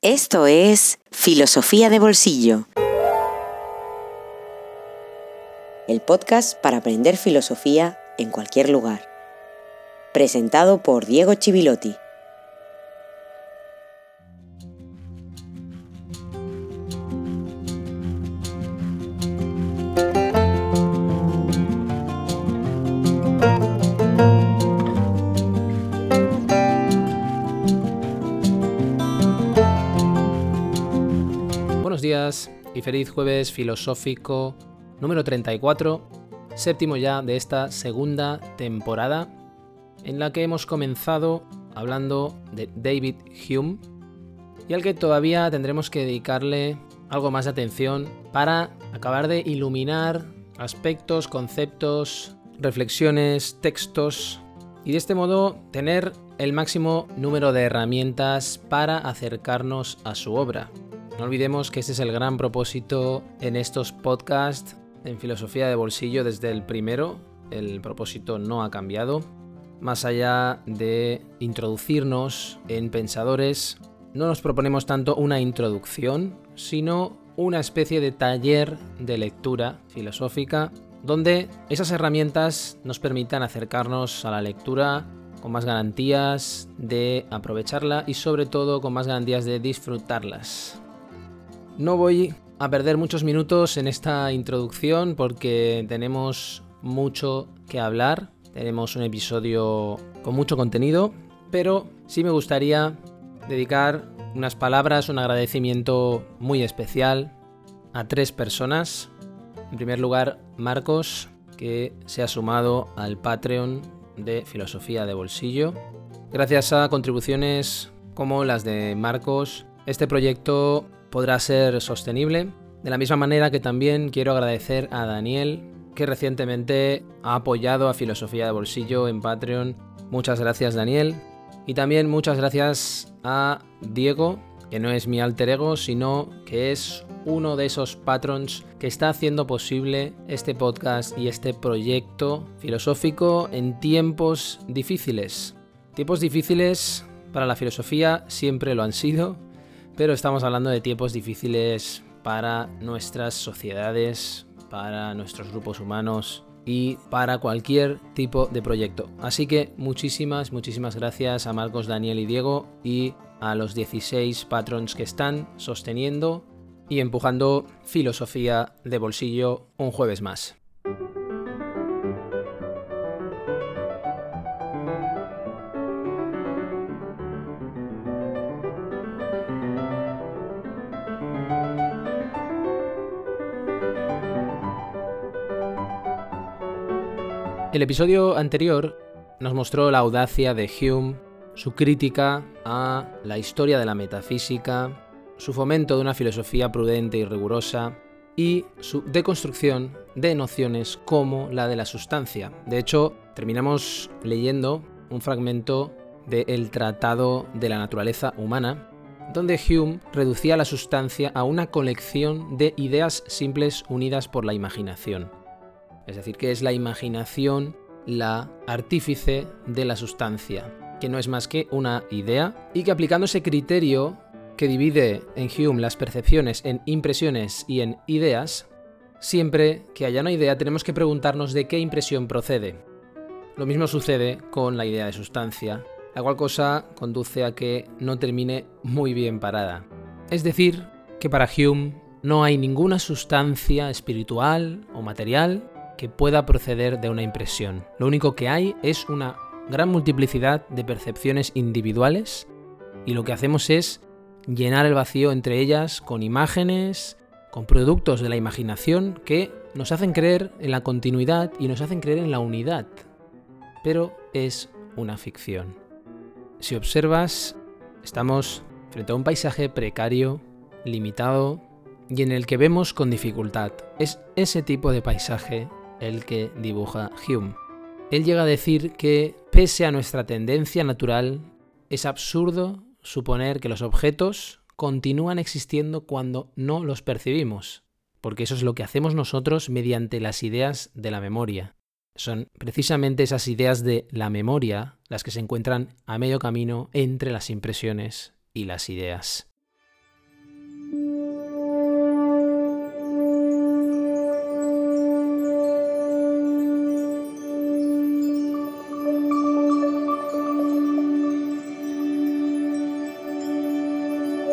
Esto es Filosofía de Bolsillo, el podcast para aprender filosofía en cualquier lugar. Presentado por Diego Chivilotti. Buenos días y feliz jueves filosófico número 34, séptimo ya de esta segunda temporada, en la que hemos comenzado hablando de David Hume y al que todavía tendremos que dedicarle algo más de atención para acabar de iluminar aspectos, conceptos, reflexiones, textos y de este modo tener el máximo número de herramientas para acercarnos a su obra. No olvidemos que este es el gran propósito en estos podcasts en Filosofía de Bolsillo desde el primero. El propósito no ha cambiado. Más allá de introducirnos en pensadores, no nos proponemos tanto una introducción, sino una especie de taller de lectura filosófica donde esas herramientas nos permitan acercarnos a la lectura con más garantías de aprovecharla y sobre todo con más garantías de disfrutarlas. No voy a perder muchos minutos en esta introducción porque tenemos mucho que hablar, tenemos un episodio con mucho contenido, pero sí me gustaría dedicar unas palabras, un agradecimiento muy especial a 3 personas. En primer lugar, Marcos, que se ha sumado al Patreon de Filosofía de Bolsillo. Gracias a contribuciones como las de Marcos, este proyecto podrá ser sostenible. De la misma manera que también quiero agradecer a Daniel, que recientemente ha apoyado a Filosofía de Bolsillo en Patreon. Muchas gracias, Daniel. Y también muchas gracias a Diego, que no es mi alter ego, sino que es uno de esos patrons que está haciendo posible este podcast y este proyecto filosófico en tiempos difíciles. Tiempos difíciles para la filosofía siempre lo han sido, pero estamos hablando de tiempos difíciles para nuestras sociedades, para nuestros grupos humanos y para cualquier tipo de proyecto. Así que muchísimas gracias a Marcos, Daniel y Diego y a los 16 patrons que están sosteniendo y empujando Filosofía de Bolsillo un jueves más. El episodio anterior nos mostró la audacia de Hume, su crítica a la historia de la metafísica, su fomento de una filosofía prudente y rigurosa y su deconstrucción de nociones como la de la sustancia. De hecho, terminamos leyendo un fragmento del Tratado de la Naturaleza Humana, donde Hume reducía la sustancia a una colección de ideas simples unidas por la imaginación. Es decir, que es la imaginación la artífice de la sustancia, que no es más que una idea y que aplicando ese criterio que divide en Hume las percepciones en impresiones y en ideas, siempre que haya una idea tenemos que preguntarnos de qué impresión procede. Lo mismo sucede con la idea de sustancia, la cual cosa conduce a que no termine muy bien parada. Es decir, que para Hume no hay ninguna sustancia espiritual o material que pueda proceder de una impresión. Lo único que hay es una gran multiplicidad de percepciones individuales y lo que hacemos es llenar el vacío entre ellas con imágenes, con productos de la imaginación que nos hacen creer en la continuidad y nos hacen creer en la unidad. Pero es una ficción. Si observas, estamos frente a un paisaje precario, limitado y en el que vemos con dificultad. Es ese tipo de paisaje el que dibuja Hume. Él llega a decir que, pese a nuestra tendencia natural, es absurdo suponer que los objetos continúan existiendo cuando no los percibimos, porque eso es lo que hacemos nosotros mediante las ideas de la memoria. Son precisamente esas ideas de la memoria las que se encuentran a medio camino entre las impresiones y las ideas.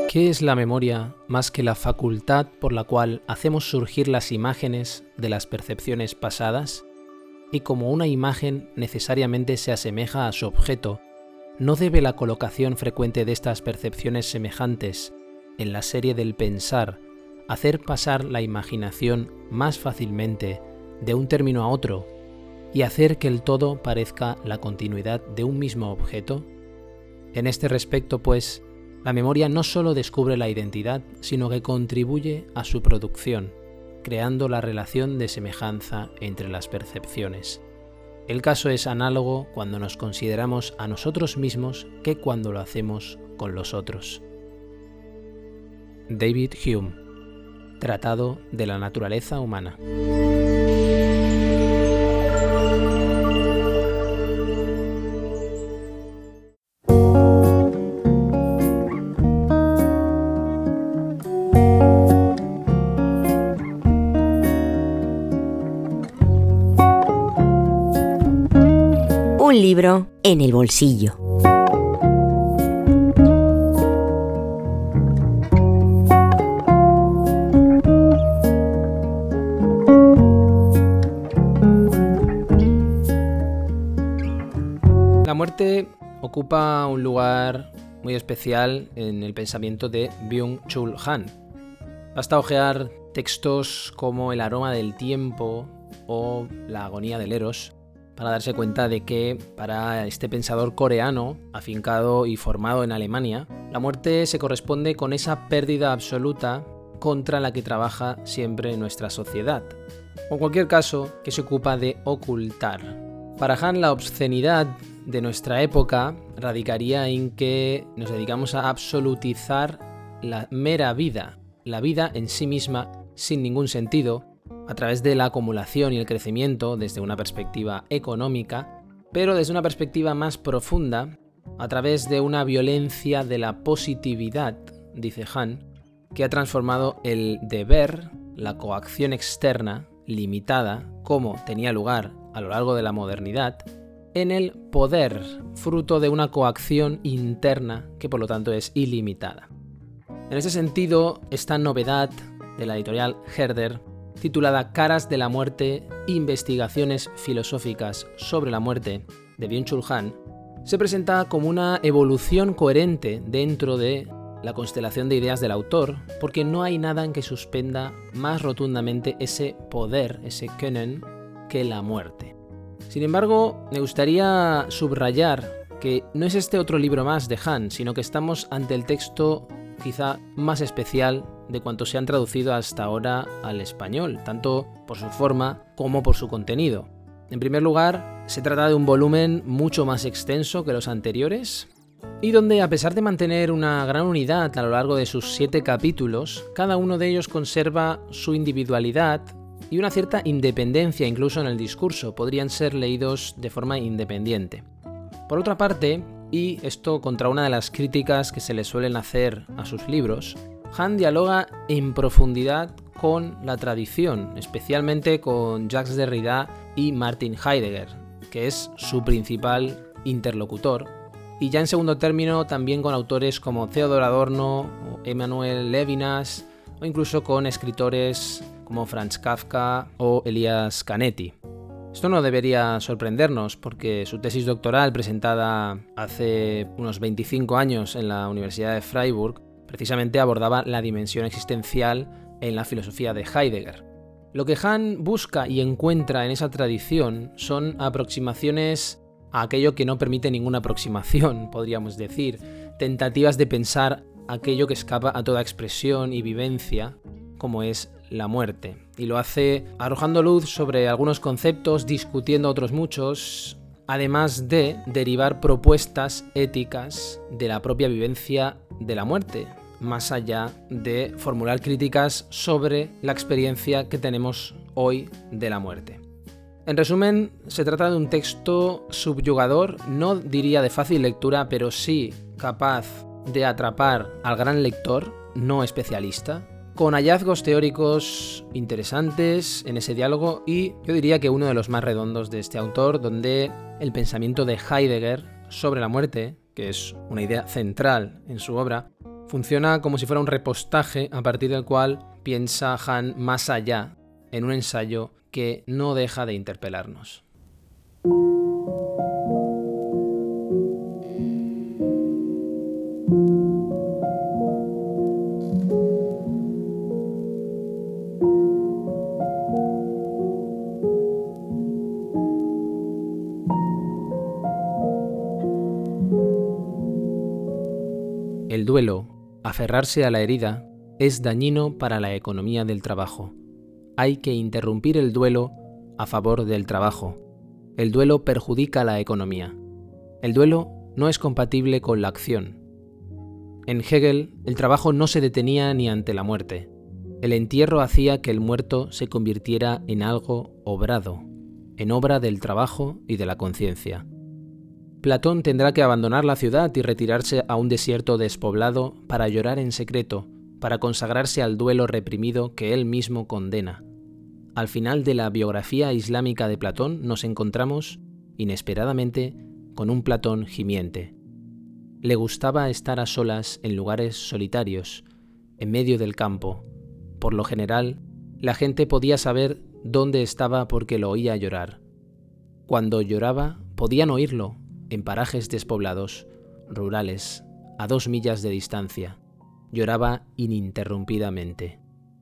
¿Qué es la memoria más que la facultad por la cual hacemos surgir las imágenes de las percepciones pasadas? Y como una imagen necesariamente se asemeja a su objeto, ¿no debe la colocación frecuente de estas percepciones semejantes en la serie del pensar hacer pasar la imaginación más fácilmente de un término a otro y hacer que el todo parezca la continuidad de un mismo objeto? En este respecto, pues, la memoria no solo descubre la identidad, sino que contribuye a su producción, creando la relación de semejanza entre las percepciones. El caso es análogo cuando nos consideramos a nosotros mismos que cuando lo hacemos con los otros. David Hume, Tratado de la Naturaleza Humana. Un libro en el bolsillo. La muerte ocupa un lugar muy especial en el pensamiento de Byung-Chul Han. Basta hojear textos como El aroma del tiempo o La agonía del Eros para darse cuenta de que para este pensador coreano, afincado y formado en Alemania, la muerte se corresponde con esa pérdida absoluta contra la que trabaja siempre nuestra sociedad, o en cualquier caso, que se ocupa de ocultar. Para Han, la obscenidad de nuestra época radicaría en que nos dedicamos a absolutizar la mera vida, la vida en sí misma sin ningún sentido, a través de la acumulación y el crecimiento desde una perspectiva económica, pero desde una perspectiva más profunda, a través de una violencia de la positividad, dice Han, que ha transformado el deber, la coacción externa, limitada, como tenía lugar a lo largo de la modernidad, en el poder, fruto de una coacción interna que por lo tanto es ilimitada. En ese sentido, esta novedad de la editorial Herder, titulada Caras de la muerte, investigaciones filosóficas sobre la muerte, de Byung-Chul Han, se presenta como una evolución coherente dentro de la constelación de ideas del autor, porque no hay nada en que suspenda más rotundamente ese poder, ese Können, que la muerte. Sin embargo, me gustaría subrayar que no es este otro libro más de Han, sino que estamos ante el texto quizá más especial de cuantos se han traducido hasta ahora al español, tanto por su forma como por su contenido. En primer lugar, se trata de un volumen mucho más extenso que los anteriores, y donde, a pesar de mantener una gran unidad a lo largo de sus 7 capítulos, cada uno de ellos conserva su individualidad y una cierta independencia incluso en el discurso, podrían ser leídos de forma independiente. Por otra parte, y esto contra una de las críticas que se le suelen hacer a sus libros, Han dialoga en profundidad con la tradición, especialmente con Jacques Derrida y Martin Heidegger, que es su principal interlocutor, y ya en segundo término también con autores como Theodor Adorno o Emanuel Levinas, o incluso con escritores como Franz Kafka o Elias Canetti. Esto no debería sorprendernos porque su tesis doctoral, presentada hace unos 25 años en la Universidad de Freiburg, precisamente abordaba la dimensión existencial en la filosofía de Heidegger. Lo que Han busca y encuentra en esa tradición son aproximaciones a aquello que no permite ninguna aproximación, podríamos decir, tentativas de pensar aquello que escapa a toda expresión y vivencia, como es la muerte. Y lo hace arrojando luz sobre algunos conceptos, discutiendo otros muchos, además de derivar propuestas éticas de la propia vivencia de la muerte, más allá de formular críticas sobre la experiencia que tenemos hoy de la muerte. En resumen, se trata de un texto subyugador, no diría de fácil lectura, pero sí capaz de atrapar al gran lector, no especialista, con hallazgos teóricos interesantes en ese diálogo y yo diría que uno de los más redondos de este autor, donde el pensamiento de Heidegger sobre la muerte, que es una idea central en su obra, Funciona como si fuera un repostaje a partir del cual piensa Han más allá en un ensayo que no deja de interpelarnos. El duelo, aferrarse a la herida, es dañino para la economía del trabajo. Hay que interrumpir el duelo a favor del trabajo. El duelo perjudica la economía. El duelo no es compatible con la acción. En Hegel, el trabajo no se detenía ni ante la muerte. El entierro hacía que el muerto se convirtiera en algo obrado, en obra del trabajo y de la conciencia. Platón tendrá que abandonar la ciudad y retirarse a un desierto despoblado para llorar en secreto, para consagrarse al duelo reprimido que él mismo condena. Al final de la biografía islámica de Platón nos encontramos, inesperadamente, con un Platón gimiente. Le gustaba estar a solas en lugares solitarios, en medio del campo. Por lo general, la gente podía saber dónde estaba porque lo oía llorar. Cuando lloraba, podían oírlo en parajes despoblados, rurales, a 2 millas de distancia. Lloraba ininterrumpidamente.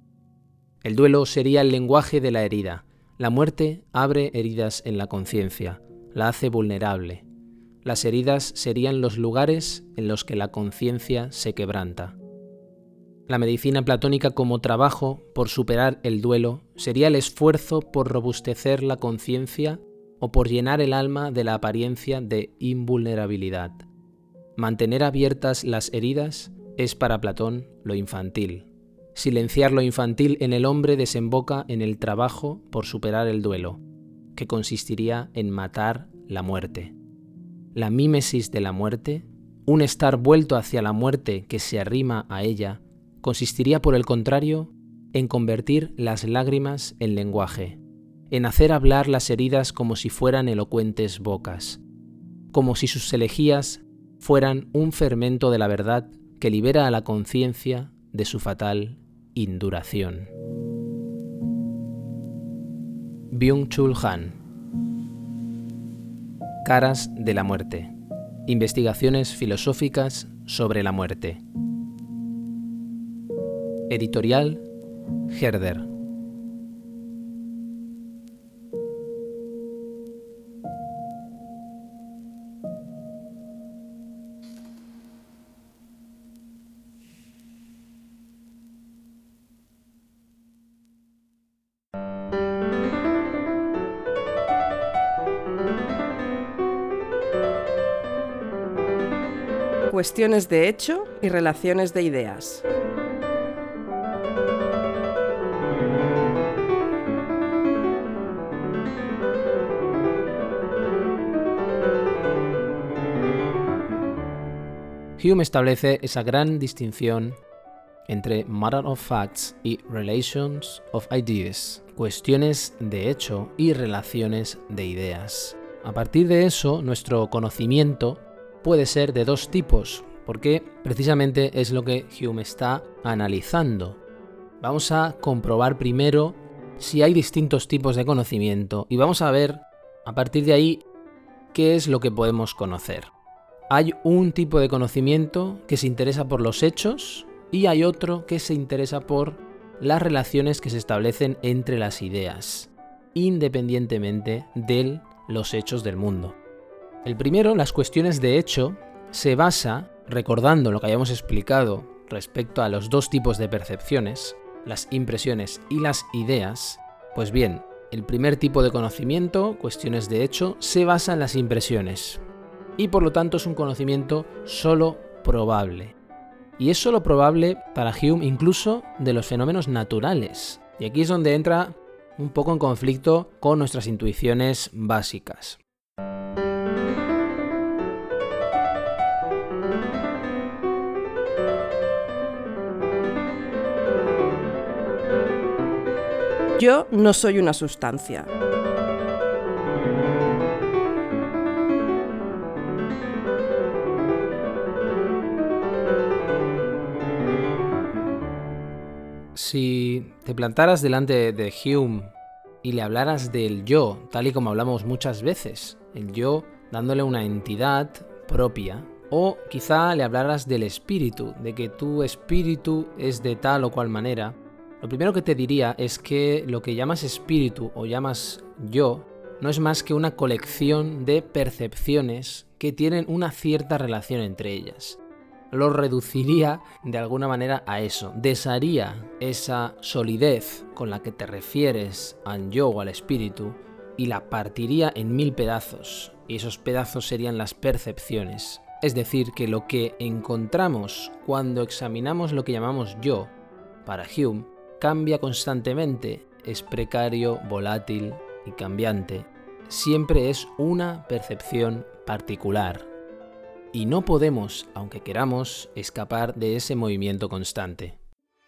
El duelo sería el lenguaje de la herida. La muerte abre heridas en la conciencia, la hace vulnerable. Las heridas serían los lugares en los que la conciencia se quebranta. La medicina platónica como trabajo por superar el duelo sería el esfuerzo por robustecer la conciencia o por llenar el alma de la apariencia de invulnerabilidad. Mantener abiertas las heridas es para Platón lo infantil. Silenciar lo infantil en el hombre desemboca en el trabajo por superar el duelo, que consistiría en matar la muerte. La mímesis de la muerte, un estar vuelto hacia la muerte que se arrima a ella, consistiría por el contrario en convertir las lágrimas en lenguaje, en hacer hablar las heridas como si fueran elocuentes bocas, como si sus elegías fueran un fermento de la verdad que libera a la conciencia de su fatal induración. Byung-Chul Han. Caras de la muerte. Investigaciones filosóficas sobre la muerte. Editorial Herder. Cuestiones de hecho y relaciones de ideas. Hume establece esa gran distinción entre matter of facts y relations of ideas, cuestiones de hecho y relaciones de ideas. A partir de eso, nuestro conocimiento puede ser de 2 tipos, porque precisamente es lo que Hume está analizando. Vamos a comprobar primero si hay distintos tipos de conocimiento y vamos a ver, a partir de ahí, qué es lo que podemos conocer. Hay un tipo de conocimiento que se interesa por los hechos y hay otro que se interesa por las relaciones que se establecen entre las ideas, independientemente de los hechos del mundo. El primero, las cuestiones de hecho, se basa, recordando lo que habíamos explicado respecto a los 2 tipos de percepciones, las impresiones y las ideas. Pues bien, el primer tipo de conocimiento, cuestiones de hecho, se basa en las impresiones y por lo tanto es un conocimiento solo probable. Y es solo probable para Hume incluso de los fenómenos naturales. Y aquí es donde entra un poco en conflicto con nuestras intuiciones básicas. Yo no soy una sustancia. Si te plantaras delante de Hume y le hablaras del yo, tal y como hablamos muchas veces, el yo dándole una entidad propia, o quizá le hablaras del espíritu, de que tu espíritu es de tal o cual manera, lo primero que te diría es que lo que llamas espíritu o llamas yo no es más que una colección de percepciones que tienen una cierta relación entre ellas. Lo reduciría de alguna manera a eso, desharía esa solidez con la que te refieres al yo o al espíritu y la partiría en 1000 pedazos, y esos pedazos serían las percepciones. Es decir, que lo que encontramos cuando examinamos lo que llamamos yo, para Hume, cambia constantemente, es precario, volátil y cambiante. Siempre es una percepción particular. Y no podemos, aunque queramos, escapar de ese movimiento constante.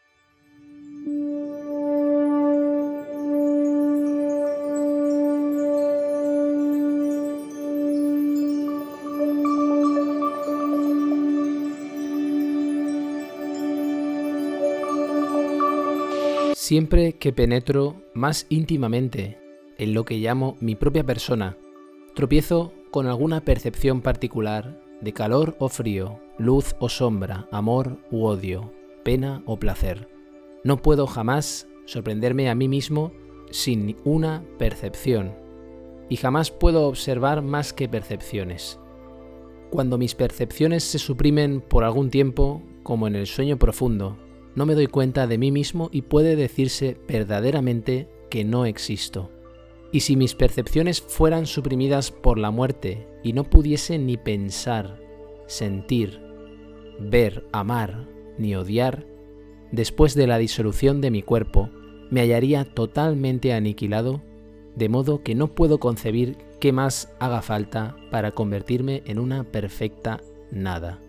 Siempre que penetro más íntimamente en lo que llamo mi propia persona, tropiezo con alguna percepción particular de calor o frío, luz o sombra, amor u odio, pena o placer. No puedo jamás sorprenderme a mí mismo sin una percepción, y jamás puedo observar más que percepciones. Cuando mis percepciones se suprimen por algún tiempo, como en el sueño profundo, no me doy cuenta de mí mismo y puede decirse verdaderamente que no existo. Y si mis percepciones fueran suprimidas por la muerte y no pudiese ni pensar, sentir, ver, amar ni odiar, después de la disolución de mi cuerpo, me hallaría totalmente aniquilado, de modo que no puedo concebir qué más haga falta para convertirme en una perfecta nada.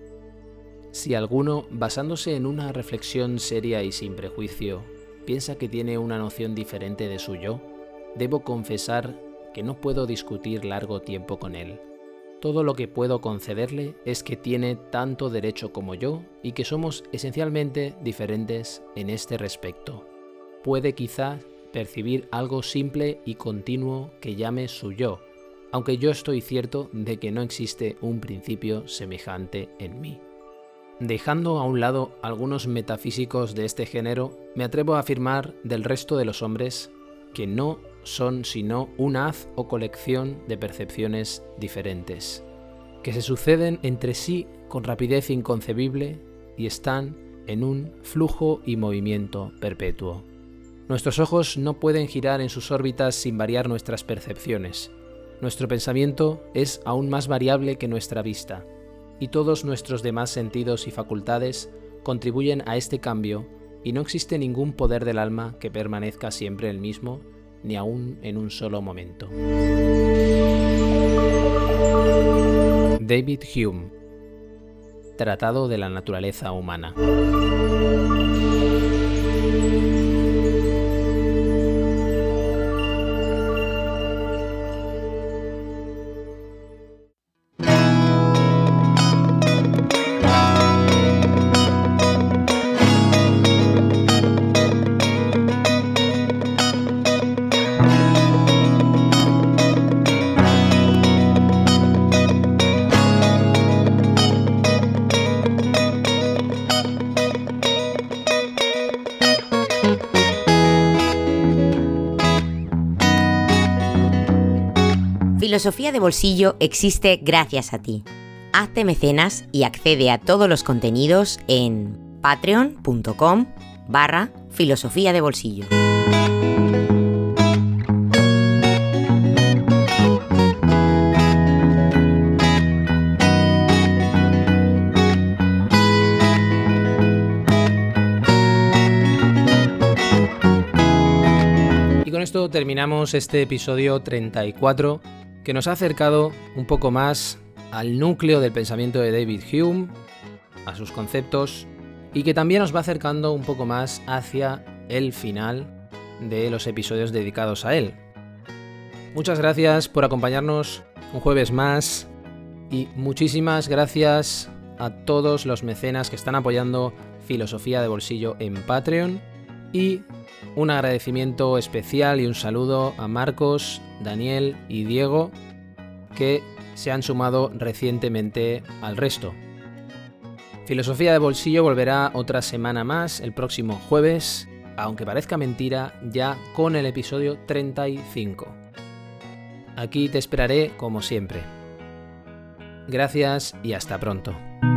Si alguno, basándose en una reflexión seria y sin prejuicio, piensa que tiene una noción diferente de su yo, debo confesar que no puedo discutir largo tiempo con él. Todo lo que puedo concederle es que tiene tanto derecho como yo y que somos esencialmente diferentes en este respecto. Puede quizás percibir algo simple y continuo que llame su yo, aunque yo estoy cierto de que no existe un principio semejante en mí. Dejando a un lado algunos metafísicos de este género, me atrevo a afirmar del resto de los hombres que no son sino un haz o colección de percepciones diferentes, que se suceden entre sí con rapidez inconcebible y están en un flujo y movimiento perpetuo. Nuestros ojos no pueden girar en sus órbitas sin variar nuestras percepciones. Nuestro pensamiento es aún más variable que nuestra vista, y todos nuestros demás sentidos y facultades contribuyen a este cambio, y no existe ningún poder del alma que permanezca siempre el mismo, ni aún en un solo momento. David Hume, Tratado de la naturaleza humana. Filosofía de Bolsillo existe gracias a ti. Hazte mecenas y accede a todos los contenidos en patreon.com/filosofía de bolsillo. Y con esto terminamos este episodio 34, que nos ha acercado un poco más al núcleo del pensamiento de David Hume, a sus conceptos, y que también nos va acercando un poco más hacia el final de los episodios dedicados a él. Muchas gracias por acompañarnos un jueves más, y muchísimas gracias a todos los mecenas que están apoyando Filosofía de Bolsillo en Patreon. Y un agradecimiento especial y un saludo a Marcos, Daniel y Diego, que se han sumado recientemente al resto. Filosofía de Bolsillo volverá otra semana más el próximo jueves, aunque parezca mentira, ya con el episodio 35. Aquí te esperaré como siempre. Gracias y hasta pronto.